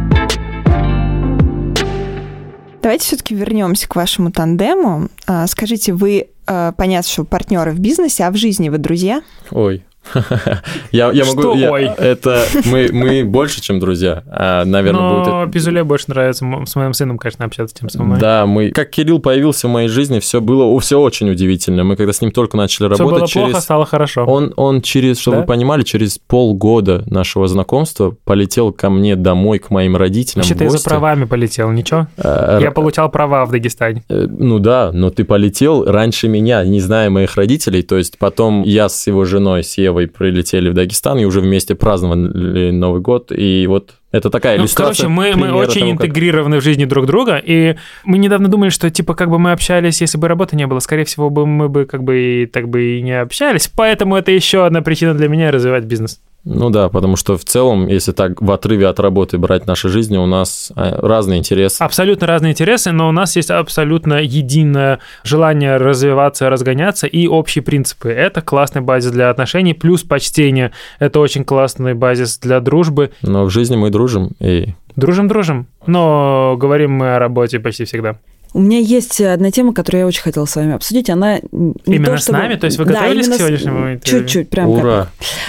Давайте все-таки вернемся к вашему тандему. Скажите, вы, понятно, что партнеры в бизнесе, а в жизни вы друзья? Ой. Я могу... Это мы больше, чем друзья. Наверное, но Пизуле больше нравится с моим сыном, конечно, общаться, чем со мной. Да, как Кирилл появился в моей жизни, все очень удивительно. Мы когда с ним только начали работать... Все было плохо, стало хорошо. Он чтобы вы понимали, через полгода нашего знакомства полетел ко мне домой, к моим родителям. Вообще ты за правами полетел, ничего? Я получал права в Дагестане. Ну да, но ты полетел раньше меня, не зная моих родителей. То есть потом я с его женой, с Евой, прилетели в Дагестан и уже вместе праздновали Новый год. И вот это такая иллюстрация. Короче, мы очень интегрированы в жизни друг друга, и мы недавно думали, что как бы мы общались, если бы работы не было, скорее всего, мы бы так бы и не общались, поэтому это еще одна причина для меня развивать бизнес. Ну да, потому что в целом, если так в отрыве от работы брать наши жизни, у нас разные интересы. Абсолютно разные интересы, но у нас есть абсолютно единое желание развиваться, разгоняться и общие принципы. Это классный базис для отношений, плюс почтение. Это очень классный базис для дружбы. Но в жизни мы дружим и... Дружим, но говорим мы о работе почти всегда. У меня есть одна тема, которую я очень хотела с вами обсудить. Она не именно то, чтобы... с нами? То есть вы готовились к сегодняшнему интервью? Чуть-чуть, прям. Ура!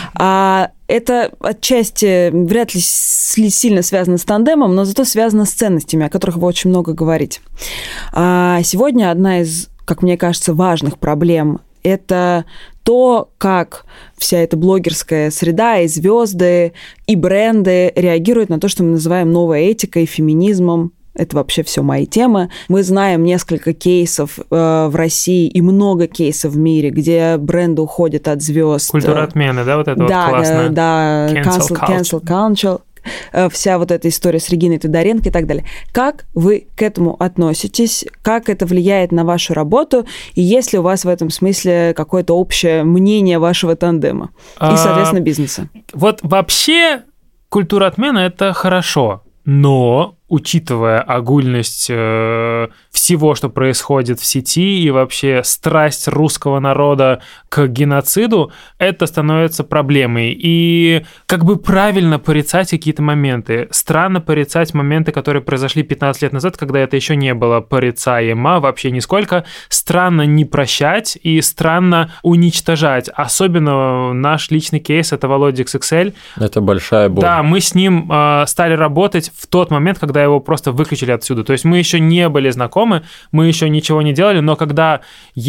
Это отчасти вряд ли сильно связано с тандемом, но зато связано с ценностями, о которых вы очень много говорите. Сегодня одна из, как мне кажется, важных проблем – это то, как вся эта блогерская среда и звезды, и бренды реагируют на то, что мы называем новой этикой, феминизмом. Это вообще все мои темы. Мы знаем несколько кейсов в России и много кейсов в мире, где бренды уходят от звезд. Культура отмены, да, вот это вот классное? Да, cancel culture. Вся вот эта история с Региной Тодоренко и так далее. Как вы к этому относитесь? Как это влияет на вашу работу? И есть ли у вас в этом смысле какое-то общее мнение вашего тандема и, соответственно, бизнеса? Вот вообще культура отмены – это хорошо, но учитывая огульность всего, что происходит в сети, и вообще страсть русского народа к геноциду, это становится проблемой. И как бы правильно порицать какие-то моменты. Странно порицать моменты, которые произошли 15 лет назад, когда это еще не было порицаемо вообще нисколько. Странно не прощать и странно уничтожать. Особенно наш личный кейс – это Володя XXL. Это большая боль. Да, мы с ним стали работать в тот момент, когда его просто выключили отсюда. То есть мы еще не были знакомы, мы еще ничего не делали, но когда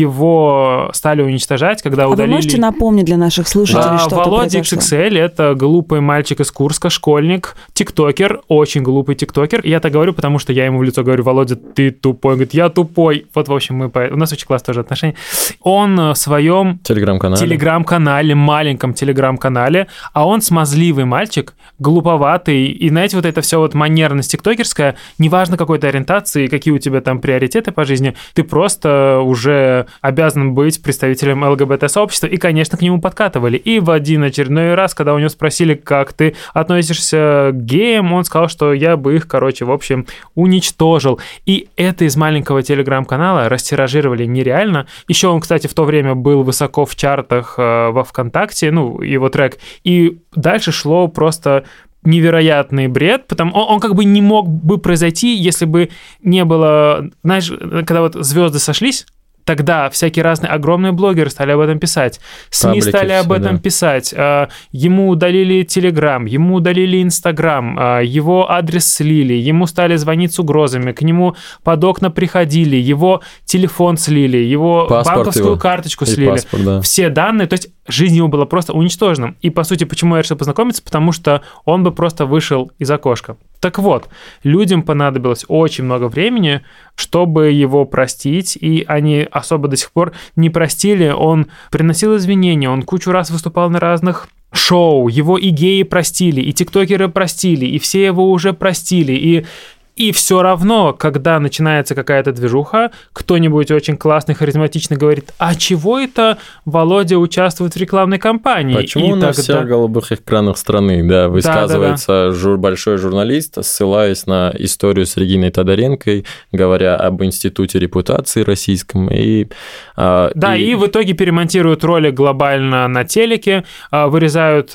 его стали уничтожать, когда удалили... вы можете напомнить для наших слушателей, что Володя произошло? XXL – это глупый мальчик из Курска, школьник, тиктокер, очень глупый тиктокер. Я так говорю, потому что я ему в лицо говорю: Володя, ты тупой. Он говорит: я тупой. Вот, в общем, у нас очень классные тоже отношения. Он в своем телеграм-канале, маленьком телеграм-канале, а он смазливый мальчик, глуповатый, и, знаете, вот это все вот манерность тиктокерская, неважно какой ты ориентации, какие у тебя там приоритеты по жизни, ты просто уже обязан быть представителем ЛГБТ-сообщества, и, конечно, к нему подкатывали. И в один очередной раз, когда у него спросили, как ты относишься к геям, он сказал, что я бы их, в общем, уничтожил. И это из маленького телеграм-канала растиражировали нереально. Еще он, кстати, в то время был высоко в чартах во ВКонтакте, его трек, и дальше шло просто невероятный бред, потому он как бы не мог бы произойти, если бы не было, знаешь, когда вот звезды сошлись, тогда всякие разные огромные блогеры стали об этом писать, СМИ стали об этом писать, ему удалили Телеграм, ему удалили Инстаграм, его адрес слили, ему стали звонить с угрозами, к нему под окна приходили, его телефон слили, его банковскую карточку слили, паспорт, да. Все данные, то есть жизнь его была просто уничтожена. И, по сути, почему я решил познакомиться? Потому что он бы просто вышел из окошка. Так вот, людям понадобилось очень много времени, чтобы его простить, и они особо до сих пор не простили. Он приносил извинения, он кучу раз выступал на разных шоу, его и геи простили, и тиктокеры простили, и все его уже простили, и все равно, когда начинается какая-то движуха, кто-нибудь очень классный, харизматичный говорит: а чего это Володя участвует в рекламной кампании? Почему на всех голубых экранах страны, высказывается большой журналист, ссылаясь на историю с Региной Тодоренко, говоря об институте репутации российском. И в итоге перемонтируют ролик глобально на телеке, вырезают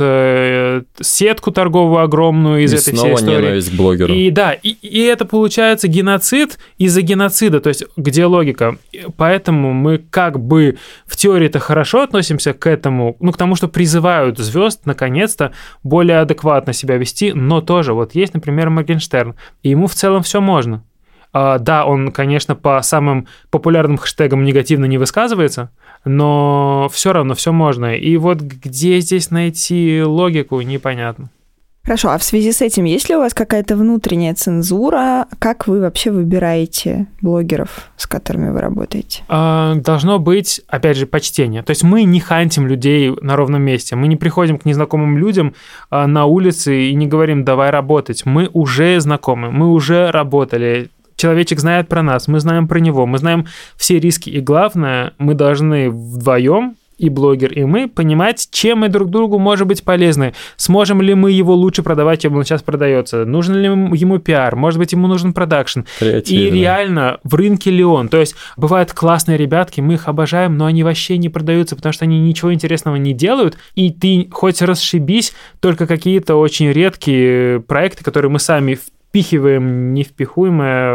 сетку торговую огромную из этой всей истории. И снова ненависть к блогеру. И это получается геноцид из-за геноцида, то есть где логика? Поэтому мы как бы в теории-то хорошо относимся к этому, к тому, что призывают звезд наконец-то более адекватно себя вести, но тоже вот есть, например, Моргенштерн, и ему в целом все можно. Да, он, конечно, по самым популярным хэштегам негативно не высказывается, но все равно все можно. И вот где здесь найти логику, непонятно. Хорошо, а в связи с этим есть ли у вас какая-то внутренняя цензура? Как вы вообще выбираете блогеров, с которыми вы работаете? Должно быть, опять же, почтение. То есть мы не хантим людей на ровном месте. Мы не приходим к незнакомым людям на улице и не говорим: давай работать. Мы уже знакомы, мы уже работали. Человечек знает про нас, мы знаем про него, мы знаем все риски. И главное, мы должны вдвоем и блогер, и мы, понимать, чем мы друг другу можем быть полезны. Сможем ли мы его лучше продавать, чем он сейчас продается? Нужен ли ему пиар? Может быть, ему нужен продакшн? И реально, в рынке ли он? То есть, бывают классные ребятки, мы их обожаем, но они вообще не продаются, потому что они ничего интересного не делают, и ты хоть расшибись, только какие-то очень редкие проекты, которые мы сами впихиваем невпихуемое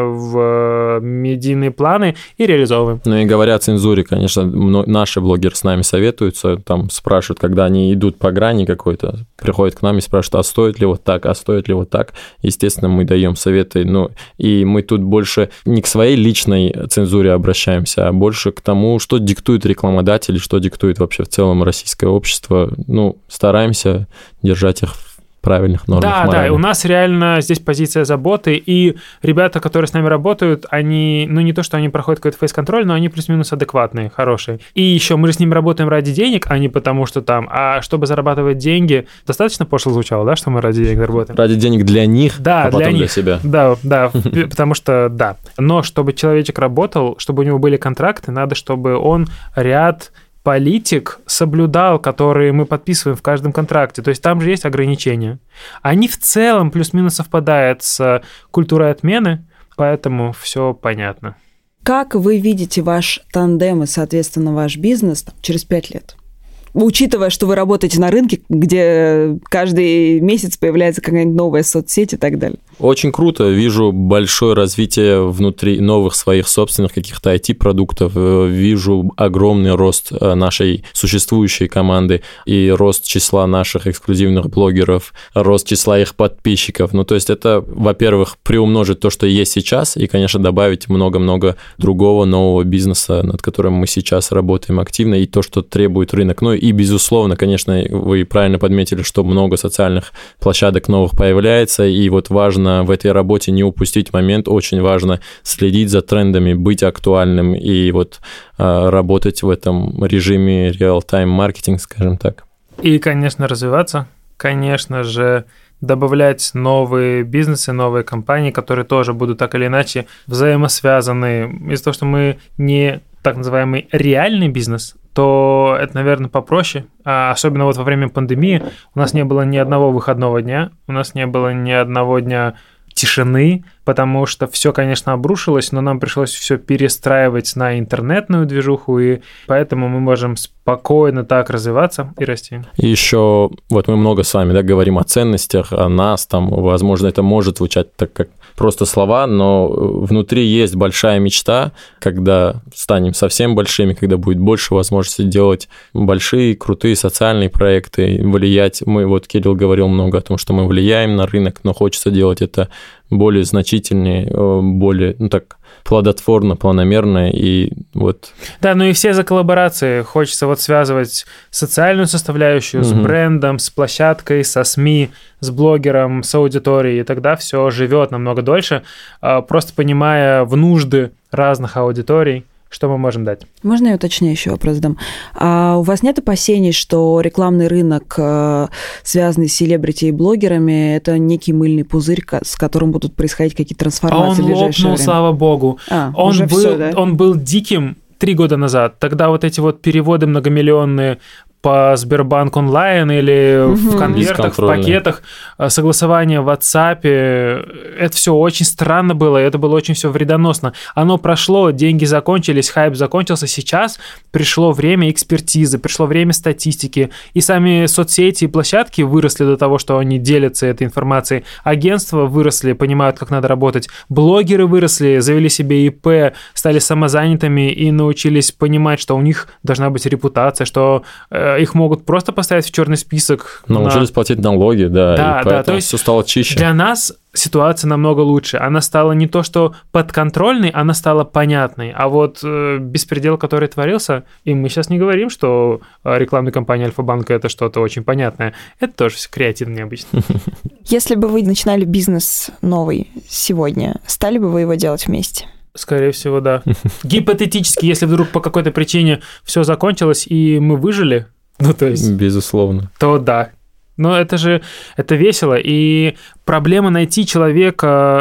в медийные планы и реализовываем. Ну и говоря о цензуре, конечно, наши блогеры с нами советуются, там спрашивают, когда они идут по грани какой-то, приходят к нам и спрашивают, а стоит ли вот так, а стоит ли вот так. Естественно, мы даем советы, ну и мы тут больше не к своей личной цензуре обращаемся, а больше к тому, что диктует рекламодатель, что диктует вообще в целом российское общество. Ну, стараемся держать их в правильных нормах морали. Да, у нас реально здесь позиция заботы, и ребята, которые с нами работают, они, ну не то, что они проходят какой-то фейс-контроль, но они плюс-минус адекватные, хорошие. И еще мы же с ними работаем ради денег, а не потому, что там, а чтобы зарабатывать деньги, достаточно пошло звучало, да, что мы ради денег работаем? Ради денег для них, да, а потом для них. для себя. Да, потому что, да. Но чтобы человечек работал, чтобы у него были контракты, надо, чтобы он ряд политик соблюдал, которые мы подписываем в каждом контракте. То есть там же есть ограничения. Они в целом плюс-минус совпадают с культурой отмены, поэтому все понятно. Как вы видите ваш тандем и, соответственно, ваш бизнес через 5 лет? Учитывая, что вы работаете на рынке, где каждый месяц появляется какая-нибудь новая соцсеть и так далее. Очень круто. Вижу большое развитие внутри новых своих собственных каких-то IT-продуктов. Вижу огромный рост нашей существующей команды и рост числа наших эксклюзивных блогеров, рост числа их подписчиков. Ну, то есть это, во-первых, приумножить то, что есть сейчас, и, конечно, добавить много-много другого нового бизнеса, над которым мы сейчас работаем активно, и то, что требует рынок. Ну, и, безусловно, конечно, вы правильно подметили, что много социальных площадок новых появляется, и вот важно в этой работе не упустить момент, очень важно следить за трендами, быть актуальным и вот работать в этом режиме real-time маркетинг, скажем так. И, конечно, развиваться, конечно же, добавлять новые бизнесы, новые компании, которые тоже будут так или иначе взаимосвязаны. Из-за того, что мы не так называемый реальный бизнес, то это, наверное, попроще. Особенно вот во время пандемии у нас не было ни одного выходного дня, у нас не было ни одного дня тишины, потому что все, конечно, обрушилось, но нам пришлось все перестраивать на интернетную движуху, и поэтому мы можем спокойно так развиваться и расти. И еще вот мы много с вами, да, говорим о ценностях, о нас, там, возможно, это может звучать так, как просто слова, но внутри есть большая мечта, когда станем совсем большими, когда будет больше возможностей делать большие, крутые социальные проекты, влиять. Мы, вот Кирилл говорил много о том, что мы влияем на рынок, но хочется делать это более значительнее, более, ну так, плодотворно, планомерно, и вот... Да, ну и все за коллаборации. Хочется вот связывать социальную составляющую с брендом, с площадкой, со СМИ, с блогером, с аудиторией, и тогда все живет намного дольше, просто понимая в нужды разных аудиторий, что мы можем дать. Можно я уточню еще вопрос задам? А у вас нет опасений, что рекламный рынок, связанный с селебрити и блогерами, это некий мыльный пузырь, с которым будут происходить какие-то трансформации в ближайшее время? Он лопнул, слава богу. Он был диким 3 года назад. Тогда вот эти вот переводы многомиллионные по Сбербанк онлайн или в конвертах, в пакетах, согласование в WhatsApp, это все очень странно было, это было очень все вредоносно. Оно прошло, деньги закончились, хайп закончился, сейчас пришло время экспертизы, пришло время статистики, и сами соцсети и площадки выросли до того, что они делятся этой информацией, агентства выросли, понимают, как надо работать, блогеры выросли, завели себе ИП, стали самозанятыми и научились понимать, что у них должна быть репутация, что их могут просто поставить в черный список. Научились платить налоги, да, и поэтому то есть все стало чище. Для нас ситуация намного лучше. Она стала не то, что подконтрольной, она стала понятной. А вот беспредел, который творился, и мы сейчас не говорим, что рекламная кампания Альфа-банка – это что-то очень понятное. Это тоже все креативно необычно. Если бы вы начинали бизнес новый сегодня, стали бы вы его делать вместе? Скорее всего, да. Гипотетически, если вдруг по какой-то причине все закончилось, и мы выжили, ну, то есть... Безусловно. То да. Но это весело. И проблема найти человека,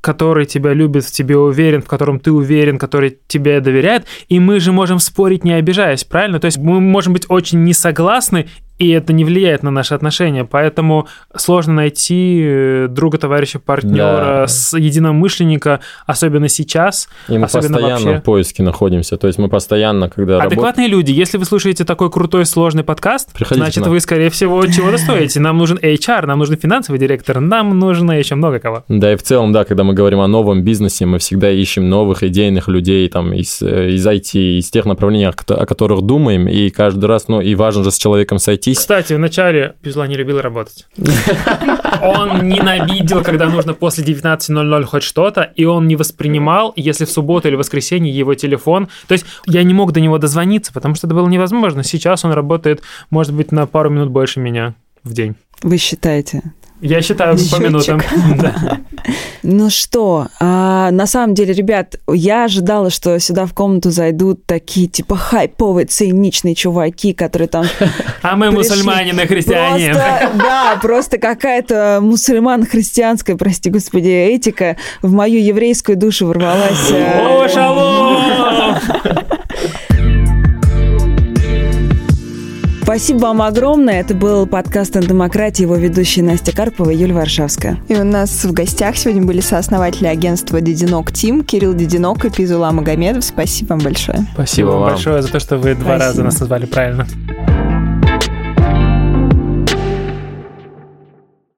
который тебя любит, в тебе уверен, в котором ты уверен, который тебе доверяет, и мы же можем спорить, не обижаясь, правильно? То есть мы можем быть очень не согласны, и это не влияет на наши отношения, поэтому сложно найти друга, товарища, партнера, единомышленника, особенно сейчас. И мы постоянно вообще в поиске находимся, то есть мы постоянно, когда адекватные люди, если вы слушаете такой крутой, сложный подкаст, значит, вы, скорее всего, чего-то стоите. Нам нужен HR, нам нужен финансовый директор, нам нужно еще много кого. Да, и в целом, да, когда мы говорим о новом бизнесе, мы всегда ищем новых идейных людей там из IT, из тех направлений, о которых думаем, и каждый раз, и важно же с человеком сойтись. Кстати, вначале Пизула не любил работать. Он ненавидел, когда нужно после 19:00 хоть что-то, и он не воспринимал, если в субботу или воскресенье его телефон... То есть я не мог до него дозвониться, потому что это было невозможно. Сейчас он работает, может быть, на пару минут больше меня в день. Вы считаете? Я считаю по минутам. Да. Ну что, на самом деле, ребят, я ожидала, что сюда в комнату зайдут такие типа хайповые, циничные чуваки, которые там... А мы мусульмане, христиане. Просто какая-то мусульман-христианская, прости господи, этика в мою еврейскую душу ворвалась. О, шалом! Спасибо вам огромное. Это был подкаст «О демократии», его ведущие Настя Карпова и Юлия Варшавская. И у нас в гостях сегодня были сооснователи агентства «Дединок Тим», Кирилл Дединок и Пизула Магомедов. Спасибо вам большое. Спасибо вам большое за то, что вы 2 раза нас назвали правильно.